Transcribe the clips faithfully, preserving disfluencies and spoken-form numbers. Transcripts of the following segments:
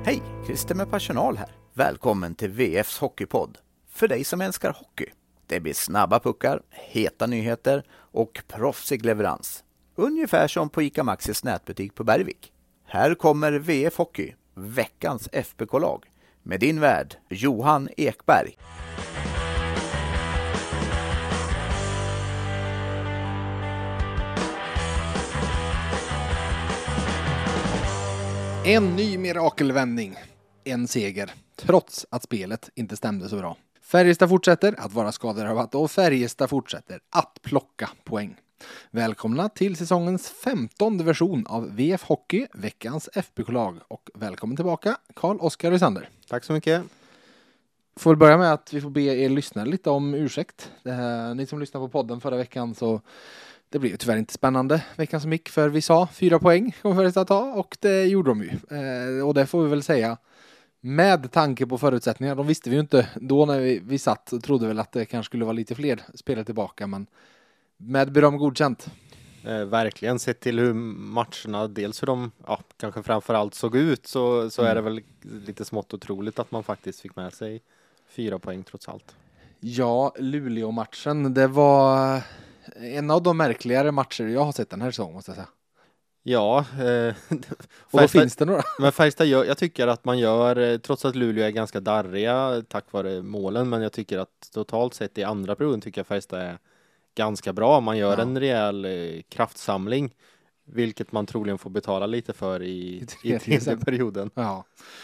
Hej, Christer med personal här. Välkommen till V F:s hockeypodd. För dig som älskar hockey. Det blir snabba puckar, heta nyheter och proffsig leverans. Ungefär som på ICA Maxis nätbutik på Bergvik. Här kommer V F Hockey, veckans F B K-lag. Med din värd, Johan Ekberg. En ny mirakelvändning, en seger, trots att spelet inte stämde så bra. Färjestad fortsätter att vara skadedrabbat och Färjestad fortsätter att plocka poäng. Välkomna till säsongens femtonde version av V F Hockey, veckans F B K-lag. Och välkommen tillbaka, Carl-Oskar Rysander. Tack så mycket. Får väl börja med att vi får be er lyssna lite om ursäkt. Det här, ni som lyssnade på podden förra veckan, så det blev ju tyvärr inte spännande veckan som gick, för vi sa fyra poäng kommer Färjestad ta och det gjorde de ju. Eh, och det får vi väl säga med tanke på förutsättningar. De visste vi ju inte då när vi, vi satt och trodde väl att det kanske skulle vara lite fler spelare tillbaka, men med beröm godkänt. Eh, verkligen, sett till hur matcherna, dels hur de ja, kanske framförallt såg ut, så, så mm. är det väl lite smått otroligt att man faktiskt fick med sig fyra poäng trots allt. Ja, Luleå-matchen, det var en av de märkligare matcher jag har sett den här säsongen, måste jag säga. Ja. Eh, och då finns det några. Men Färjestad gör, jag tycker att man gör, trots att Luleå är ganska darriga tack vare målen, men jag tycker att totalt sett i andra perioden tycker jag Färjestad är ganska bra. Man gör ja. en rejäl eh, kraftsamling, vilket man troligen får betala lite för i, i tredje perioden. Ja.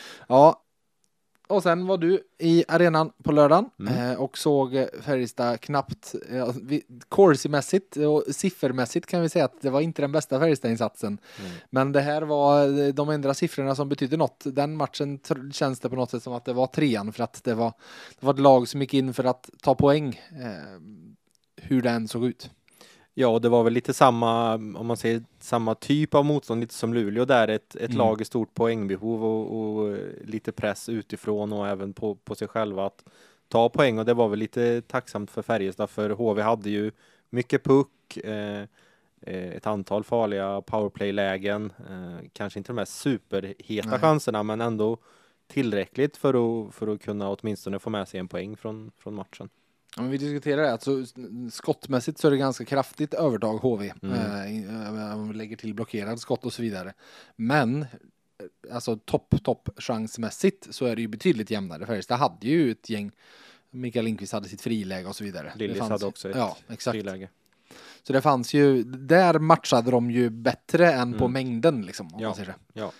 Ja. Och sen var du i arenan på lördagen mm. eh, och såg Färjestad knappt, eh, corsi-mässigt och siffermässigt kan vi säga att det var inte den bästa Färjestad-insatsen. Mm. Men det här var de enda siffrorna som betydde något. Den matchen t- känns det på något sätt som att det var trean, för att det var, det var ett lag som gick in för att ta poäng, eh, hur den såg ut. Ja, det var väl lite samma, om man säger samma typ av motstånd, lite som Luleå där, ett, ett mm. lag i stort poängbehov och, och lite press utifrån och även på, på sig själva att ta poäng, och det var väl lite tacksamt för Färjestad, för H V hade ju mycket puck, eh, ett antal farliga powerplay-lägen, eh, kanske inte de här superheta Nej. chanserna, men ändå tillräckligt för att, för att kunna åtminstone få med sig en poäng från, från matchen. Ja, men vi diskuterar det. Alltså, skottmässigt så är det ganska kraftigt övertag H V. Mm. Eh, om vi lägger till blockerad skott och så vidare. Men alltså topp, topp chansmässigt så är det ju betydligt jämnare. Färjestad hade ju ett gäng. Mikael Lindqvist hade sitt friläge och så vidare. Lillis hade också ett ja, exakt. friläge. Så det fanns ju, där matchade de ju bättre än mm. på mängden liksom, om ja. man säger det. Ja.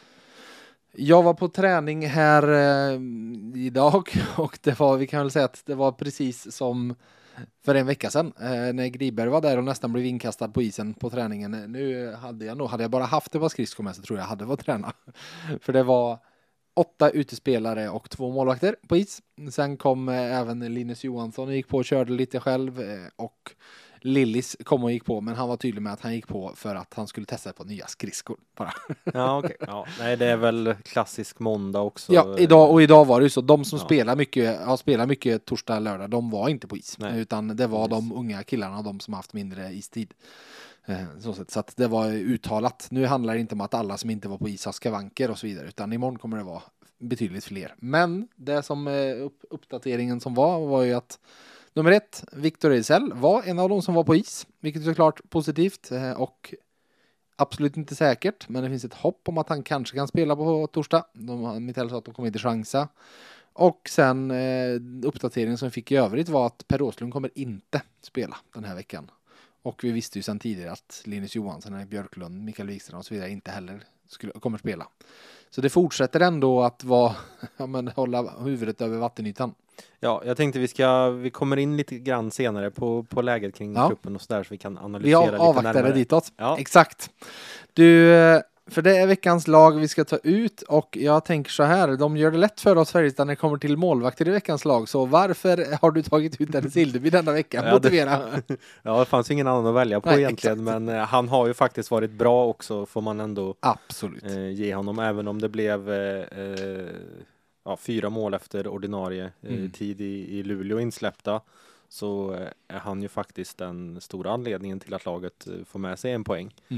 Jag var på träning här eh, idag och det var, vi kan väl säga att det var precis som för en vecka sedan eh, när Griberg var där och nästan blev inkastad på isen på träningen. Nu hade jag nog, hade jag bara haft det var skridskor med, så tror jag hade fått träna. För det var åtta utespelare och två målvakter på is. Sen kom eh, även Linus Johansson och gick på och körde lite själv eh, och Lillis kom och gick på, men han var tydlig med att han gick på för att han skulle testa på nya skridskor bara. Ja, okej. Okay. Ja, nej, det är väl klassisk måndag också. Ja, idag, och idag var det ju så. De som ja. spelar mycket, har spelat mycket torsdag och lördag, de var inte på is. Nej. Utan det var Precis. de unga killarna och de som har haft mindre istid. Så, så att det var uttalat. Nu handlar det inte om att alla som inte var på is har skavanker och så vidare, utan imorgon kommer det vara betydligt fler. Men det som upp, uppdateringen som var, var ju att nummer ett, Victor Ejdsell, var en av de som var på is, vilket är såklart positivt och absolut inte säkert, men det finns ett hopp om att han kanske kan spela på torsdag. De, Mitell sa att de kommer inte chansa. Och sen eh, uppdateringen som vi fick i övrigt var att Per Åslund kommer inte spela den här veckan. Och vi visste ju sedan tidigare att Linus Johansson, Björklund, Mikael Wikström och så vidare inte heller skulle, kommer spela. Så det fortsätter ändå att vara, ja, men, hålla huvudet över vattenytan. Ja, jag tänkte vi ska vi kommer in lite grann senare på, på läget kring ja. gruppen och så där, så vi kan analysera vi lite avvaktar närmare. Det ditåt. Ja. Exakt. Du, för det är veckans lag vi ska ta ut och jag tänker så här, de gör det lätt för oss Färjestad när det kommer till målvakter i veckans lag, så varför har du tagit ut Dennis Hildeby denna vecka? Ja, Motivera. Det, ja, det fanns ingen annan att välja på Nej, egentligen, exakt. Men eh, han har ju faktiskt varit bra också, får man ändå Absolut. Eh, ge honom, även om det blev eh, eh, ja, fyra mål efter ordinarie eh, mm. tid i, i Luleå insläppta, så är han ju faktiskt den stora anledningen till att laget får med sig en poäng. Mm.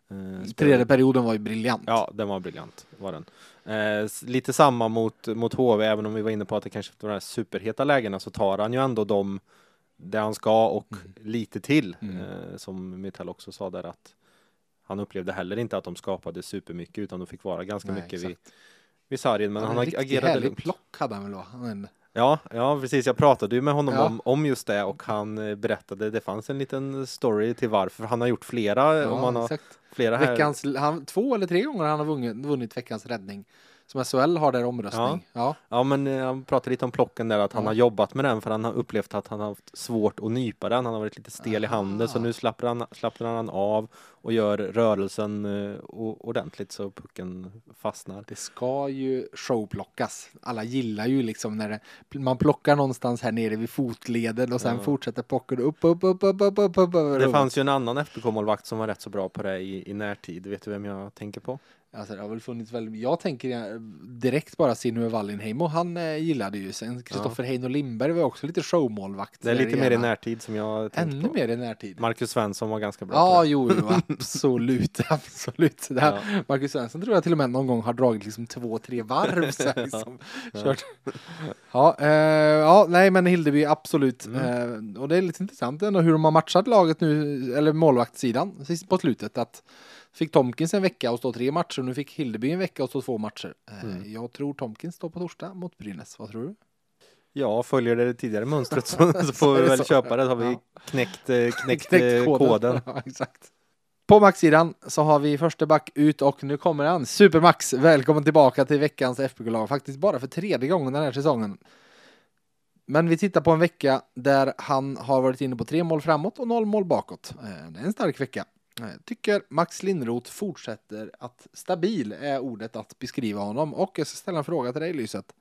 Eh, Tredje perioden var ju briljant. Ja, den var briljant, var den. Eh, lite samma mot, mot H V, även om vi var inne på att det kanske var de här superheta lägena, så tar han ju ändå de där han ska och mm. lite till. Mm. Eh, som Mitell också sa där, att han upplevde heller inte att de skapade supermycket, utan de fick vara ganska Nej, mycket vid, vid sargen. Men han, han agerade lugnt. Plock hade han väl då? Han... Ja, ja, precis. Jag pratade ju med honom ja. om, om just det, och han berättade, det fanns en liten story till varför. Han har gjort flera. Ja, om han har exakt. Flera här. Veckans, han, två eller tre gånger han har vunnit, vunnit veckans räddning. Som S H L har där omröstning. Ja, ja. ja men han pratade lite om plocken där, att han ja. har jobbat med den, för han har upplevt att han har haft svårt att nypa den. Han har varit lite stel i handen, så nu slappnar han, slappnar han av och gör rörelsen uh, ordentligt så pucken fastnar. Det ska ju showplockas. Alla gillar ju liksom när det, man plockar någonstans här nere vid fotleden och sen ja. fortsätter plocken upp, upp, upp, upp, upp, upp, upp, upp. Det fanns ju en annan F B K-målvakt som var rätt så bra på det i, i närtid. Vet du vem jag tänker på? Alltså det har väl funnits väldigt, jag tänker direkt bara Sinuhe Wallinheimo, han eh, gillade ju sen Kristoffer ja. Heino Lindberg var också lite showmålvakt. Det är lite mer i närtid som jag tänkte Ännu på. mer i närtid. Marcus Svensson var ganska bra ja, på det. Jo, jo, absolut, absolut. Det här, ja. Marcus Svensson tror jag till och med någon gång har dragit liksom två, tre varv så här, liksom, ja. Kört. Ja, eh, ja, nej men Hildeby absolut. Mm. Eh, och det är lite intressant ändå hur de har matchat laget nu, eller målvaktssidan på slutet, att fick Tomkins en vecka och stå tre matcher. Nu fick Hildeby en vecka och stå två matcher. Mm. Jag tror Tomkins står på torsdag mot Brynäs. Vad tror du? Ja, följer det tidigare mönstret så, så får vi väl så. köpa det. Så har vi ja. knäckt, knäckt, knäckt koden. koden. Ja, exakt. På Max-sidan så har vi första back ut och nu kommer han. Supermax, välkommen tillbaka till veckans F B K-lag. Faktiskt bara för tredje gången den här säsongen. Men vi tittar på en vecka där han har varit inne på tre mål framåt och noll mål bakåt. Det är en stark vecka. Jag tycker Max Lindroth fortsätter att stabil är ordet att beskriva honom. Och jag ska ställa en fråga till dig, Lyset.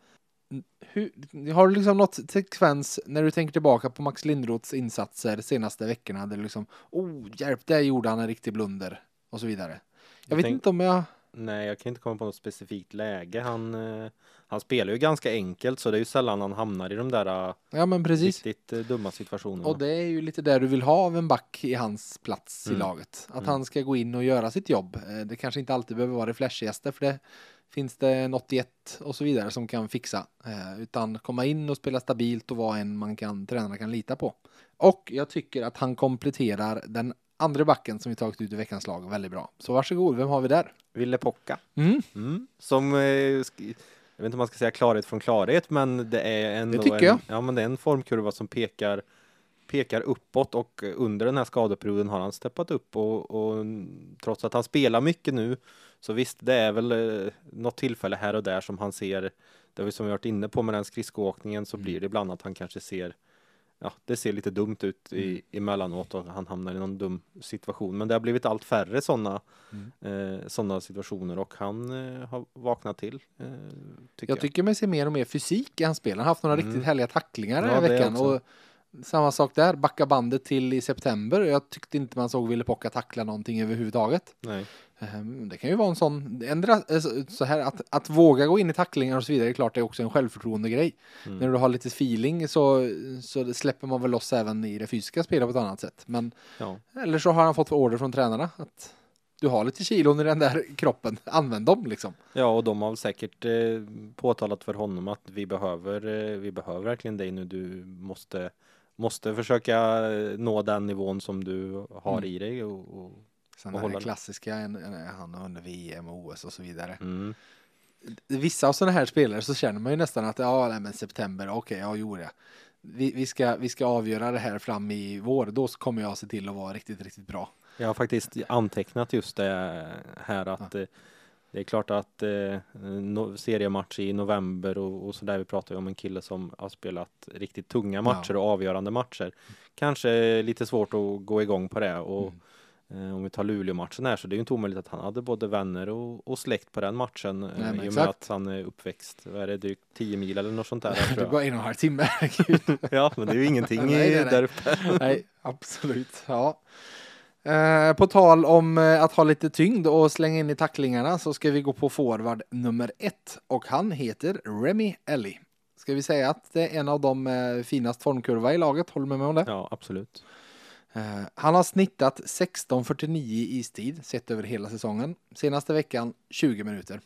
Hur, har du liksom något sekvens när du tänker tillbaka på Max Lindroths insatser de senaste veckorna där du liksom, oh hjälp, där gjorde han en riktig blunder och så vidare. Jag, jag vet tänk, inte om jag... Nej, jag kan inte komma på något specifikt läge. Han, eh, han spelar ju ganska enkelt, så det är ju sällan han hamnar i de där ja, men precis. riktigt eh, dumma situationerna. Och det är ju lite där du vill ha av en back i hans plats mm. i laget. Att mm. han ska gå in och göra sitt jobb. Det kanske inte alltid behöver vara det flashigaste, för det finns det en åttioett och så vidare som kan fixa. Eh, utan komma in och spela stabilt och vara en man kan, tränarna kan lita på. Och jag tycker att han kompletterar den andra backen som vi tagit ut i veckans lag väldigt bra. Så varsågod, vem har vi där? Ville Pocka. Mm. Mm. Som, eh, jag vet inte om man ska säga klarhet från klarhet, men det är en, det tycker en, ja, men det är en formkurva som pekar, pekar uppåt, och under den här skadeperioden har han steppat upp och, och trots att han spelar mycket nu, så visst, det är väl eh, något tillfälle här och där som han ser, det vi som vi varit inne på med den skridskoåkningen, så blir det ibland att han kanske ser, ja, det ser lite dumt ut i, mm. emellanåt och han hamnar i någon dum situation. Men det har blivit allt färre sådana mm. eh, sådana situationer, och han eh, har vaknat till. Eh, tycker jag, jag tycker man ser mer och mer fysik i hans spel. Han har haft några mm. riktigt härliga tacklingar den ja, här veckan. Och samma sak där, backa bandet till i september. Jag tyckte inte man såg Ville Pocka tackla någonting överhuvudtaget. Nej. Det kan ju vara en sån ändra, så här att, att våga gå in i tacklingar och så vidare, är klart det är också en självförtroende grej. Mm. När du har lite feeling så, så släpper man väl loss även i det fysiska spelet på ett annat sätt. Men ja. Eller så har han fått order från tränarna att du har lite kilon i den där kroppen, använd dem liksom. Ja, och de har säkert eh, påtalat för honom att vi behöver eh, vi behöver verkligen dig nu, du måste måste försöka nå den nivån som du har mm. i dig och, och sen är det klassiska, en, en, han under V M och O S och så vidare. Mm. Vissa av sådana här spelare så känner man ju nästan att ja, nej, men september, okej, okay, ja, gjorde jag. Vi, vi, ska, vi ska avgöra det här fram i vår, då kommer jag se till att vara riktigt, riktigt bra. Jag har faktiskt antecknat just det här att ja. Det är klart att eh, no, seriematch i november och, och så där, vi pratar ju om en kille som har spelat riktigt tunga matcher ja. och avgörande matcher. Kanske lite svårt att gå igång på det, och mm. eh, om vi tar Luleå-matchen här, så det är ju inte omöjligt att han hade både vänner och, och släkt på den matchen. Nej, eh, i och med att han är uppväxt, vad är det, drygt tio mil eller något sånt där. Det går en och en halv timme. Ja, men det är ju ingenting nej, nej, nej. där uppe. Nej, absolut, ja. Eh, på tal om eh, att ha lite tyngd och slänga in i tacklingarna, så ska vi gå på forward nummer ett, och han heter Remi Ellie. Ska vi säga att det är en av de eh, finast formkurva i laget, håller med mig om det? Ja, absolut. Uh, han har snittat sexton fyrtionio i istid sett över hela säsongen. Senaste veckan tjugo minuter.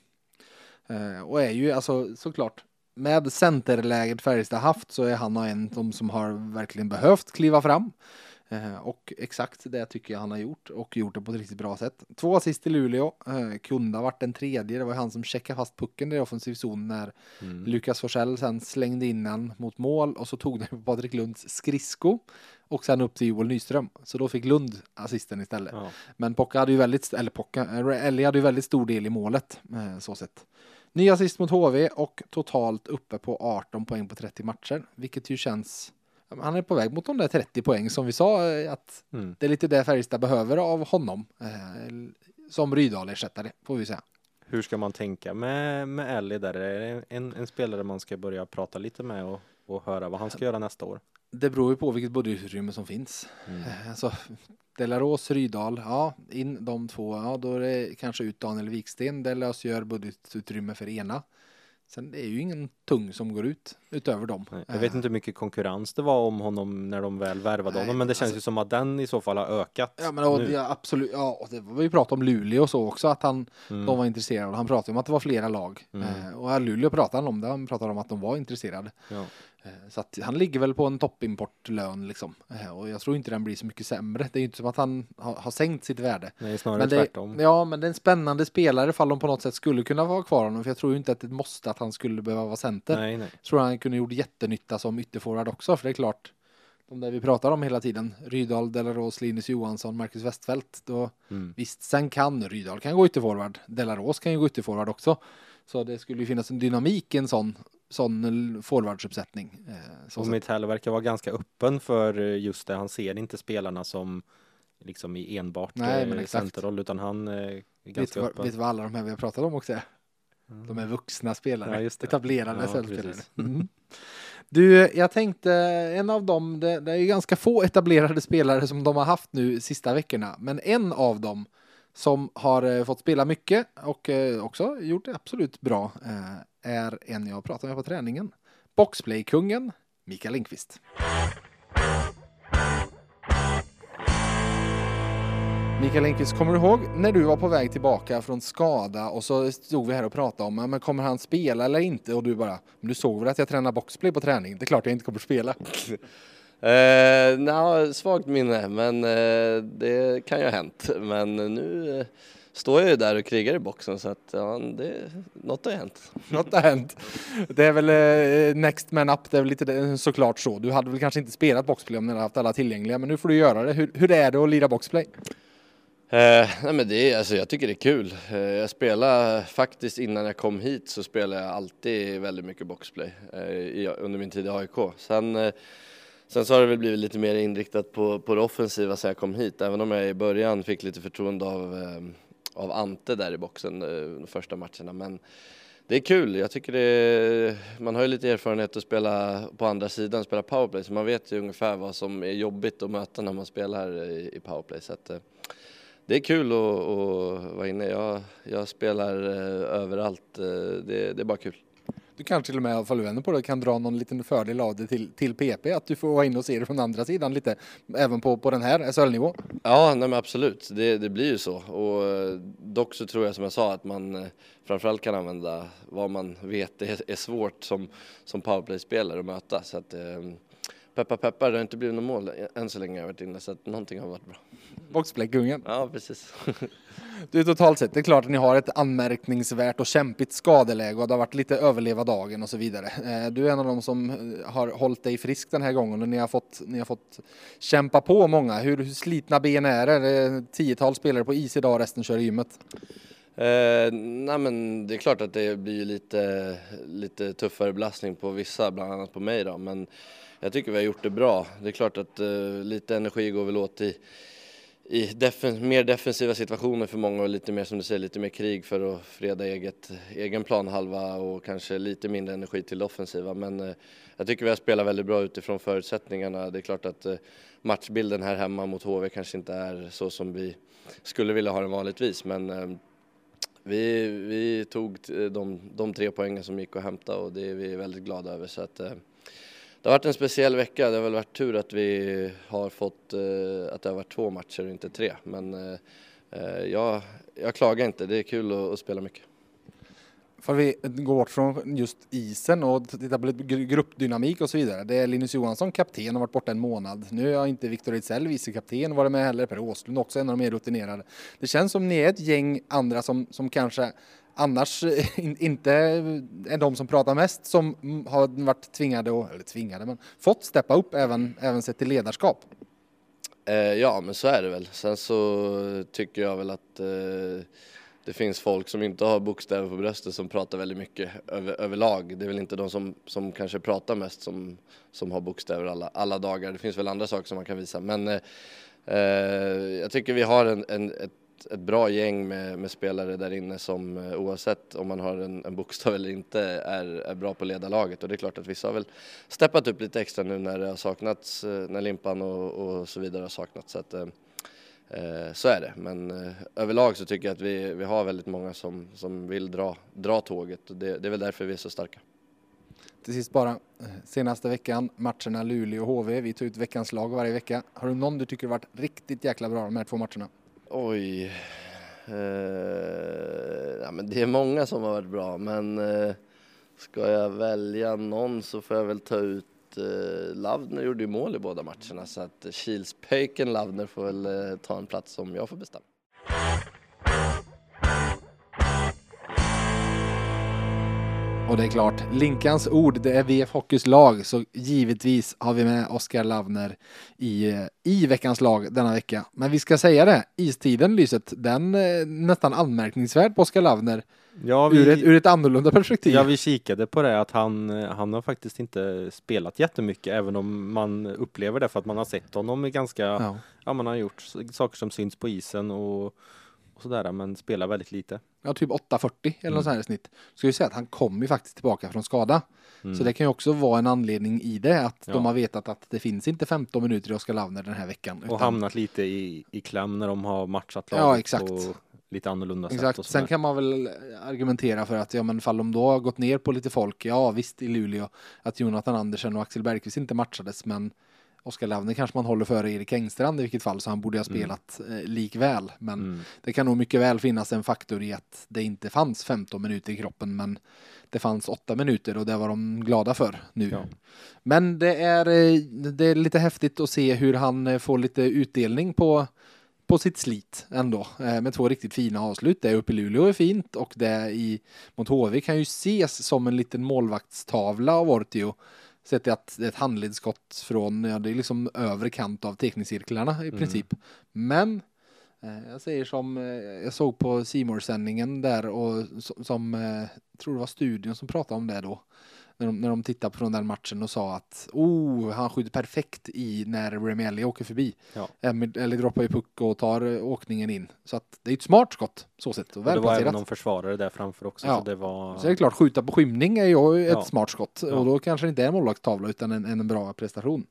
Uh, och är ju alltså såklart med centerläget Färjestad haft så är han en av de som har verkligen behövt kliva fram. Uh, och exakt det tycker jag han har gjort och gjort det på ett riktigt bra sätt. Två assist i Luleå. Uh, kunde ha varit den tredje. Det var han som checkade fast pucken i offensiv zon när mm. Lukas Forsell sen slängde in den mot mål och så tog den på Patrik Lunds skridsko och sen upp till Joel Nyström. Så då fick Lund assisten istället. Ja. Men Pocka hade ju väldigt eller Pocka Ellie hade ju väldigt stor del i målet uh, så sett. Ny assist mot H V och totalt uppe på arton poäng på trettio matcher, vilket ju känns. Han är på väg mot de där trettio poäng som vi sa att mm. det är lite det Färjestad behöver av honom eh, som Rydahl-ersättare får vi säga. Hur ska man tänka med, med Ellie där? Är det en, en spelare man ska börja prata lite med och, och höra vad han ska göra nästa år? Det beror ju på vilket budgetutrymme som finns. Mm. Alltså, Delaros, Rydahl, ja, in de två, ja, då är det kanske ut Daniel Wiksten. Det lösgör budgetutrymme för ena. Sen det är ju ingen tung som går ut utöver dem. Nej, jag vet inte hur mycket konkurrens det var om honom när de väl värvade Nej, honom, men det känns alltså, ju som att den i så fall har ökat. Ja, men och, ja, absolut. Ja, och det var vi pratade om Luleå och så också, att han, mm. de var intresserade. Han pratade om att det var flera lag. Mm. Eh, och Luleå pratade han om det. Han pratade om att de var intresserade. Ja. Eh, så att han ligger väl på en toppimportlön liksom. Eh, och jag tror inte den blir så mycket sämre. Det är ju inte som att han har, har sänkt sitt värde. Nej, snarare men det, tvärtom. Ja, men det är en spännande spelare ifall de på något sätt skulle kunna vara kvar honom. För jag tror ju inte att det måste att han skulle behöva vara center. Nej, nej. Jag tror han kunde gjort jättenytta som ytterforward också. För det är klart, de där vi pratar om hela tiden. Rydahl, Delaros, Linus Johansson, Marcus Westfeldt. Då, mm. Visst, sen kan Rydahl kan gå ytterforward. Delaros kan ju gå ytterforward också. Så det skulle ju finnas en dynamik i en sån sån forwardsuppsättning. Eh, och Mitell verkar vara ganska öppen för just det. Han ser inte spelarna som liksom i enbart Nej, men centerroll, utan han eh, är ganska vet öppen. Vet du vad alla de här vi har pratat om också är? Mm. De är vuxna spelare. Ja, just det. Etablerade ja, spelare. Mm. Du, jag tänkte en av dem, det, det är ju ganska få etablerade spelare som de har haft nu sista veckorna, men en av dem som har eh, fått spela mycket och eh, också gjort det absolut bra eh, är en jag pratade med på träningen. Boxplay-kungen Mikael Lindqvist. Mikael Lindqvist, kommer du ihåg när du var på väg tillbaka från skada och så stod vi här och pratade om men kommer han spela eller inte? Och du bara, men du såg väl att jag tränar boxplay på träning? Det är klart jag inte kommer att spela. Eh, nej, svagt minne, men eh, det kan ju ha hänt. Men nu eh, står jag ju där och krigar i boxen, så att ja, det, något har hänt. Något har hänt. Det är väl eh, next man up, det är väl lite det, såklart så. Du hade väl kanske inte spelat boxplay om ni hade haft alla tillgängliga, men nu får du göra det. Hur, hur är det att lira boxplay? Eh, nej men det är, alltså, jag tycker det är kul. Eh, jag spelar faktiskt innan jag kom hit så spelar jag alltid väldigt mycket boxplay eh, i, under min tid i A I K. Sen eh, Sen så har det väl blivit lite mer inriktat på, på det offensiva sen jag kom hit. Även om jag i början fick lite förtroende av, eh, av Ante där i boxen eh, de första matcherna. Men det är kul. Jag tycker det är, man har ju lite erfarenhet att spela på andra sidan, spela powerplay. Så man vet ju ungefär vad som är jobbigt att möta när man spelar i, i powerplay. Så att, eh, det är kul att, att vara inne. Jag, jag spelar eh, överallt. Eh, det, det är bara kul. Du kan till och med, ifall du vänder på det, kan dra någon liten fördel av det till, till P P, att du får vara inne och se det från andra sidan lite, även på, på den här S H L-nivå. Ja, nej men absolut. Det, det blir ju så. Och dock så tror jag, som jag sa, att man framförallt kan använda vad man vet är, är svårt som, som powerplay-spelare att möta. Så att, eh, peppar peppar, det har inte blivit något mål än så länge jag har varit inne, så att någonting har varit bra. Boxplay-kungen. Ja, precis. Du, totalt sett, det är klart att ni har ett anmärkningsvärt och kämpigt skadeläge och det har varit lite överleva dagen och så vidare. Du är en av dem som har hållit dig frisk den här gången och ni har fått, ni har fått kämpa på många. Hur, hur slitna ben är det? Det är tiotal spelare på is idag, resten kör i gymmet. Eh, nej men det är klart att det blir lite, lite tuffare belastning på vissa, bland annat på mig då, men jag tycker vi har gjort det bra. Det är klart att eh, lite energi går väl åt i i defen- mer defensiva situationer för många och lite mer, som du säger, lite mer krig för att freda eget, egen planhalva och kanske lite mindre energi till det offensiva. Men eh, jag tycker vi har spelat väldigt bra utifrån förutsättningarna. Det är klart att eh, matchbilden här hemma mot H V kanske inte är så som vi skulle vilja ha den vanligtvis, men eh, vi, vi tog de, de tre poängen som gick att hämta och det är vi väldigt glada över. Så att, eh, det har varit en speciell vecka. Det har väl varit tur att vi har fått eh, att det har varit två matcher och inte tre. Men eh, jag, jag klagar inte. Det är kul att, att spela mycket. För vi går bort från just isen och tittar på lite gruppdynamik och så vidare. Det är Linus Johansson, kapten, har varit borta en månad. Nu har inte Viktor Ejdsell, vicekapten, varit med heller. Per Åslund också, en av de mer rutinerade. Det känns som ni är ett gäng andra som, som kanske annars inte är de som pratar mest, som har varit tvingade, och, eller tvingade, men fått steppa upp även, även sett till ledarskap. Eh, ja, men så är det väl. Sen så tycker jag väl att eh, det finns folk som inte har bokstäver på bröstet som pratar väldigt mycket över, överlag. Det är väl inte de som, som kanske pratar mest som, som har bokstäver alla, alla dagar. Det finns väl andra saker som man kan visa. Men eh, jag tycker vi har en, en, ett, ett bra gäng med, med spelare där inne som eh, oavsett om man har en, en bokstav eller inte är, är bra på ledarlaget. Och det är klart att vissa har väl steppat upp lite extra nu när det har saknats, när Limpan och, och så vidare har saknats. Så att, eh, Så är det, men eh, överlag så tycker jag att vi, vi har väldigt många som, som vill dra, dra tåget och det, det är väl därför vi är så starka. Till sist bara, senaste veckan, matcherna Luleå och H V, vi tar ut veckans lag varje vecka. Har du någon du tycker har varit riktigt jäkla bra de här två matcherna? Oj, eh, ja, men det är många som har varit bra, men eh, ska jag välja någon så får jag väl ta ut Lavner gjorde ju mål i båda matcherna, så att Kilspöken Lavner får väl eh, ta en plats som jag får bestämma. Och det är klart, Linkans ord, det är V F Hockeys lag, så givetvis har vi med Oskar Lavner i, i veckans lag denna vecka. Men vi ska säga det, istiden, Lyset, den är nästan anmärkningsvärd på Oskar Lavner. Ja, vi, ur, ett, ur ett annorlunda perspektiv. Ja, vi kikade på det att han, han har faktiskt inte spelat jättemycket, även om man upplever det för att man har sett honom i ganska, ja, ja man har gjort saker som syns på isen och, och sådär, men spelar väldigt lite. Ja, typ åtta fyrtio eller mm. något sånt här snitt. Ska ju säga att han kom ju faktiskt tillbaka från skada. Mm. Så det kan ju också vara en anledning i det, att ja. de har vetat att det finns inte femton minuter i Oskar Lavner den här veckan. Och utan... hamnat lite i, i kläm när de har matchat laget. Ja, exakt. Och lite annorlunda sätt. Exakt. Och sen kan man väl argumentera för att ja, men fall de då har gått ner på lite folk, ja visst i Luleå, att Jonathan Andersen och Axel Bergqvist inte matchades, men Oskar Lavner kanske man håller före Erik Engstrand i vilket fall, så han borde ha spelat mm. eh, likväl. Men mm. det kan nog mycket väl finnas en faktor i att det inte fanns femton minuter i kroppen, men det fanns åtta minuter och det var de glada för nu. Ja. Men det är, det är lite häftigt att se hur han får lite utdelning på på sitt slit ändå, med två riktigt fina avslut. Det uppe i Luleå är fint, och det i mot H V kan ju ses som en liten målvaktstavla av Ortio. Sett att det är ett handledsskott från, ja, det är liksom övre kant av teckningscirklarna i mm. princip. Men eh, jag säger som eh, jag såg på C More-sändningen där, och som, som eh, tror det var studion som pratade om det då. När de, när de tittade på den matchen och sa att oh, han skjuter perfekt i när Remielli åker förbi. Ja. Eller droppar i puck och tar åkningen in. Så att det är ett smart skott så sett. Och, och det var även någon försvarare där framför också. Ja. Så det var... så det är klart, skjuta på skymning är ju ett ja. smart skott. Ja. Och då kanske det inte är en målvaktstavla utan en, en bra prestation.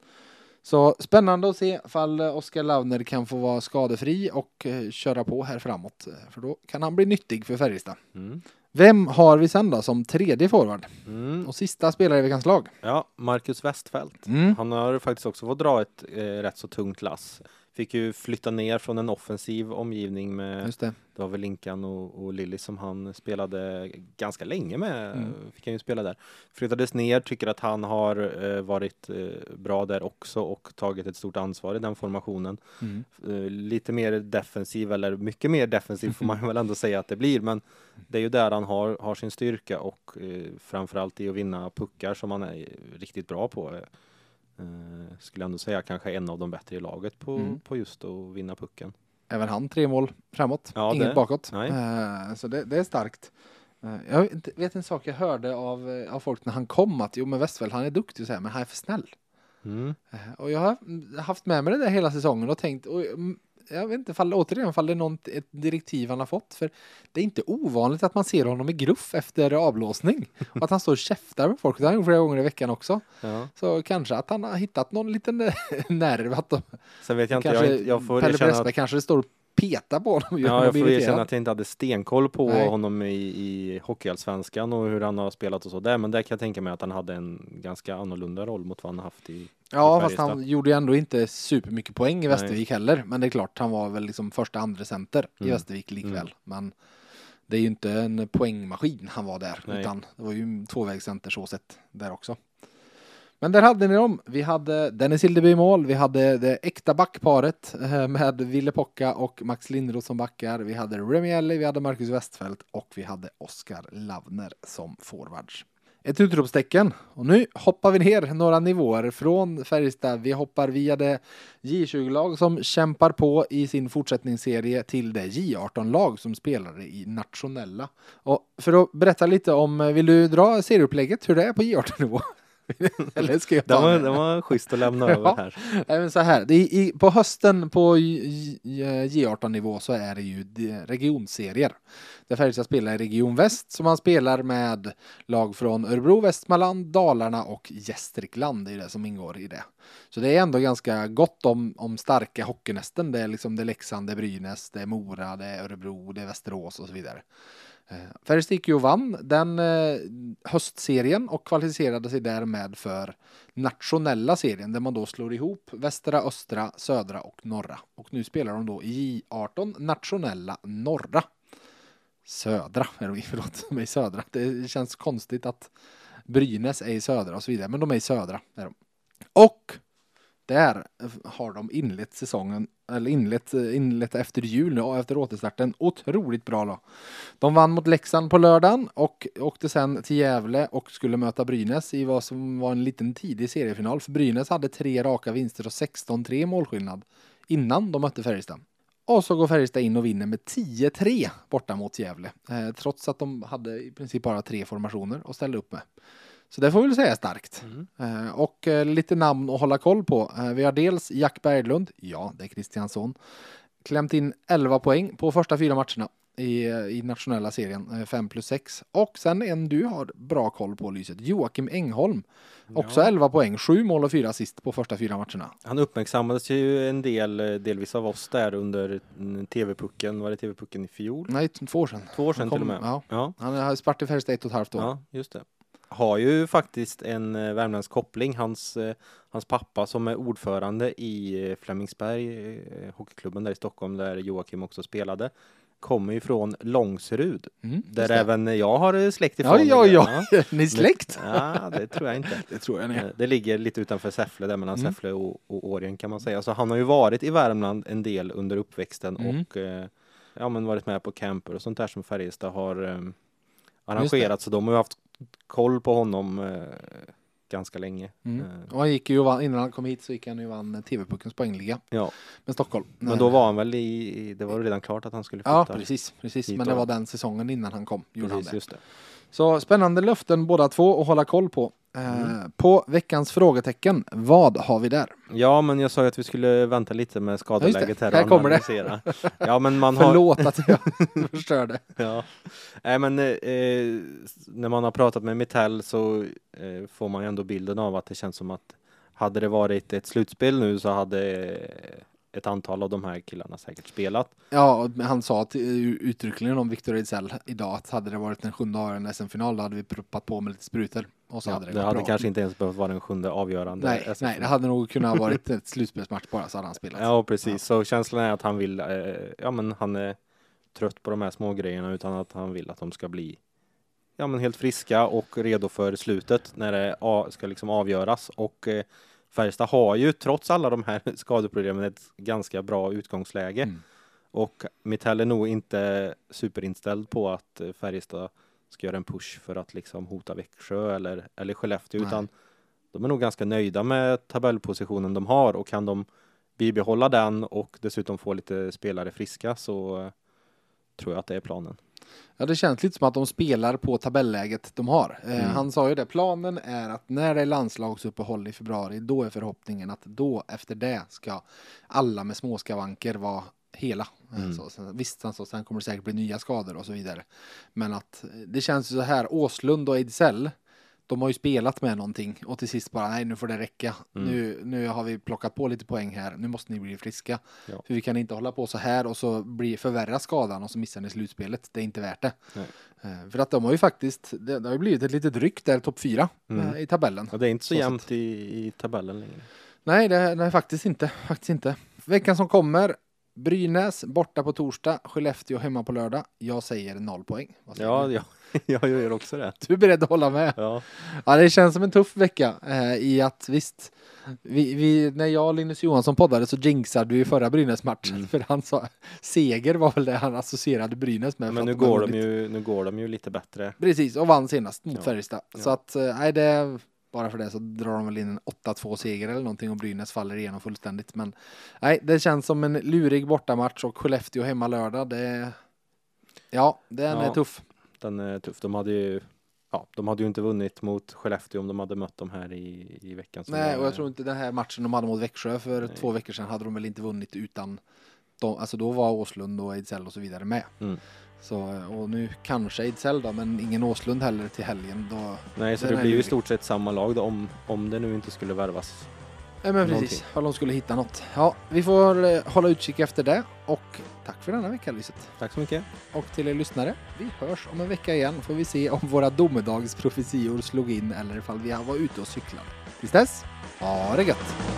Så spännande att se ifall Oskar Lavner kan få vara skadefri och eh, köra på här framåt. För då kan han bli nyttig för Färjestad. Mm. Vem har vi sen då som tredje forward? Mm. Och sista spelare i veckans lag? Ja, Marcus Westfeldt. Mm. Han har faktiskt också fått dra ett eh, rätt så tungt lass. Fick ju flytta ner från en offensiv omgivning med Just det. det var väl Linkan och, och Lilly som han spelade ganska länge med. Mm. Fick han ju spela där. Flyttades ner, tycker att han har eh, varit eh, bra där också och tagit ett stort ansvar i den formationen. Mm. Eh, lite mer defensiv, eller mycket mer defensiv får man väl ändå säga att det blir, men det är ju där han har, har sin styrka och eh, framförallt i att vinna puckar som han är riktigt bra på. Uh, skulle ändå säga kanske en av de bättre i laget på, mm. på just att vinna pucken. Även han tre mål framåt, ja, inget det. bakåt. Uh, så det, det är starkt. Uh, jag vet, vet en sak jag hörde av, av folk när han kom, att jo men Westfeldt, han är duktig så här, men han är för snäll. Mm. Uh, och jag har haft med mig det där hela säsongen och tänkt, och, jag vet inte, fall, återigen fall det är något, ett direktiv han har fått, för det är inte ovanligt att man ser honom i gruff efter avblåsning och att han står och käftar med folk. Det har han gjort flera gånger i veckan också. Ja. Så kanske att han har hittat någon liten nerv att de, sen vet jag inte, kanske, jag, jag får Pelle känna Pressberg att... kanske det står och peta på honom. Ja, jag får erkänna att jag inte hade stenkoll på Nej. honom i, i Hockeyallsvenskan och hur han har spelat och så där. Men där kan jag tänka mig att han hade en ganska annorlunda roll mot vad han har haft i Ja, i fast han gjorde ju ändå inte supermycket poäng i Västervik Nej. heller. Men det är klart, han var väl liksom första andra center Mm. i Västervik likväl. Mm. Men det är ju inte en poängmaskin han var där. Nej. Utan det var ju en tvåvägscenter så sett där också. Men där hade ni dem. Vi hade Dennis Hildeby i mål. Vi hade det äkta backparet eh, med Ville Pocka och Max Lindroth som backar. Vi hade Remi Elli, vi hade Marcus Westfeldt och vi hade Oskar Lavner som forwards. Ett utropstecken. Och nu hoppar vi ner några nivåer från Färjestad. Vi hoppar via det J tjugo-lag som kämpar på i sin fortsättningsserie till det J arton-lag som spelar i nationella. Och för att berätta lite om, vill du dra serieupplägget hur det är på J arton-nivå? Eller ska jag ta det? Var, det? det var schysst att lämna över här. Även så här, det är i, på hösten på J arton-nivå så är det ju regionserier. Där Färjestad spelar i Region Väst, som man spelar med lag från Örebro, Västmanland, Dalarna och Gästrikland. Det är det som ingår i det. Så det är ändå ganska gott om, om starka hockeynästen. Det är liksom det är Leksand, det är Brynäs, det är Mora, det är Örebro, det är Västerås och så vidare. Färjestad gick ju och vann den eh, höstserien och kvalificerade sig därmed för nationella serien där man då slår ihop västra, östra, södra och norra. Och nu spelar de då i J arton nationella norra. Södra, är de, förlåt, de är i södra. Det känns konstigt att Brynäs är i södra och så vidare, men de är i södra. Är de. Och där har de inlett säsongen, eller inlett, inlett efter jul nu och efter återstarten. Otroligt bra då. De vann mot Leksand på lördagen och åkte sen till Gävle och skulle möta Brynäs i vad som var en liten tidig seriefinal. För Brynäs hade tre raka vinster och sexton tre målskillnad innan de mötte Färjestad. Och så går Färjestad in och vinner med tio tre borta mot Gävle. Eh, trots att de hade i princip bara tre formationer att ställa upp med. Så det får vi väl säga starkt. Mm. Eh, och eh, lite namn att hålla koll på. Eh, vi har dels Jack Berglund. Ja, det är Kristiansson. Klämt in elva poäng på första fyra matcherna i, i nationella serien. Eh, fem plus sex. Och sen en du har bra koll på, Lyset. Joakim Engholm. Också ja. elva poäng. sju mål och fyra assist på första fyra matcherna. Han uppmärksammades ju en del, delvis av oss där under tv-pucken. Var det tv-pucken i fjol? Nej, två år sedan. Två år sedan kom, till och med. Ja. Ja. Han har spelat i Färjestad ett och ett halvt år. Ja, just det. Har ju faktiskt en eh, värmländsk koppling. Hans, eh, hans pappa som är ordförande i eh, Flemingsberg, eh, hockeyklubben där i Stockholm där Joakim också spelade, kommer ju från Långserud. Mm, där det. Även jag har släkt ifrån. Ja, ja, ja. Ni släkt? Ja, det tror jag inte. Det tror jag ni. Det ligger lite utanför Säffle, där mellan mm. Säffle och, och Årjäng kan man säga. Så han har ju varit i Värmland en del under uppväxten mm. och eh, ja, men varit med på camper och sånt där som Färjestad har eh, arrangerat. Så de har ju haft koll på honom eh, ganska länge. Mm. Och han gick ju vann, innan han kom hit så gick han ju vann T V-puckens poängliga. Ja. Med Stockholm. Men då var han väl i, det var redan klart att han skulle flytta. Ja, precis, precis. Men det var den säsongen innan han kom. Gjorde precis, han det. Just det. Så spännande löften båda två att hålla koll på. Mm. Eh, på veckans frågetecken, vad har vi där? Ja, men jag sa ju att vi skulle vänta lite med skadeläget här. Här kommer det. Ja, men man har... Förlåt att jag förstörde. Ja, nej men eh, när man har pratat med Mitell så eh, får man ju ändå bilden av att det känns som att hade det varit ett slutspel nu så hade ett antal av de här killarna säkert spelat. Ja, han sa att, uttryckligen om Victor Ejdsell idag att hade det varit den sjunde avgörande S M-final då hade vi proppat på med lite sprutor. Och så ja, hade det det hade bra. kanske inte ens behövt vara den sjunde avgörande. Nej, S M-final. Nej, det hade nog kunnat ha varit ett slutspelsmatch bara så hade han spelat. Ja, precis. Ja. Så känslan är att han vill, eh, ja men han är trött på de här små grejerna utan att han vill att de ska bli ja men helt friska och redo för slutet när det ska liksom avgöras. Och eh, Färjestad har ju trots alla de här skadeproblemen ett ganska bra utgångsläge. Mm. Och Mitell är nog inte superinställd på att Färjestad ska göra en push för att liksom hota Växjö eller, eller Skellefteå. Nej. Utan de är nog ganska nöjda med tabellpositionen de har. Och kan de bibehålla den och dessutom få lite spelare friska så uh, tror jag att det är planen. Ja, det känns lite som att de spelar på tabelläget de har. Mm. Eh, han sa ju det, planen är att när det är landslagsuppehåll i februari, då är förhoppningen att då efter det ska alla med småskavanker vara hela. Mm. Så, sen, visst, så, sen kommer det säkert bli nya skador och så vidare. Men att det känns ju så här, Åslund och Ejdsell, de har ju spelat med någonting och till sist bara, nej nu får det räcka. Mm. Nu, nu har vi plockat på lite poäng här, nu måste ni bli friska. Ja. För vi kan inte hålla på så här och så blir förvärra skadan och så missar ni slutspelet. Det är inte värt det. Nej. Eh, för att de har ju faktiskt, det, det har ju blivit ett litet ryck där, topp fyra Mm. eh, i tabellen. Och det är inte så, Så jämnt sett. i, i tabellen längre. Nej, det, det är faktiskt inte. Faktiskt inte. Veckan som kommer, Brynäs borta på torsdag, Skellefteå hemma på lördag. Jag säger noll poäng. Vad säger Ja, du? ja, jag gör också det. Du är beredd att hålla med? Ja. Ja, det känns som en tuff vecka eh, i att visst, vi, vi, när jag och Linus Johansson poddade så jinxade vi förra Brynäs-matchen. Mm. För han sa, seger var väl det han associerade Brynäs med. Men för nu att de har går, de vunnit. ju, nu går de ju lite bättre. Precis, och vann senast mot Ja. Färjestad. Ja. Så att, eh, nej det, bara för det så drar de väl in en åtta två seger eller någonting och Brynäs faller igenom fullständigt. Men nej, det känns som en lurig bortamatch och Skellefteå hemma lördag. Det, ja, den Ja. är tuff. Den är tuff. De hade ju, ja, de hade ju inte vunnit mot Skellefteå om de hade mött dem här i, i veckan. Så Nej, det- och jag tror inte den här matchen de hade mot Växjö för Nej. två veckor sedan hade de väl inte vunnit utan de, alltså då var Åslund och Ejdsell och så vidare med. Mm. Så, och nu kanske Ejdsell då, men ingen Åslund heller till helgen. Då, Nej, så Den det är blir ju i lurig. stort sett samma lag då, om, om det nu inte skulle värvas. nej, men någonting. precis, om de skulle hitta något. Ja, vi får eh, hålla utkik efter det och tack för denna vecka, Lyset. Tack så mycket. Och till er lyssnare, vi hörs om en vecka igen. Får vi se om våra domedagsprofetior slog in eller ifall vi var ute och cyklade. Tills dess, ha det gött!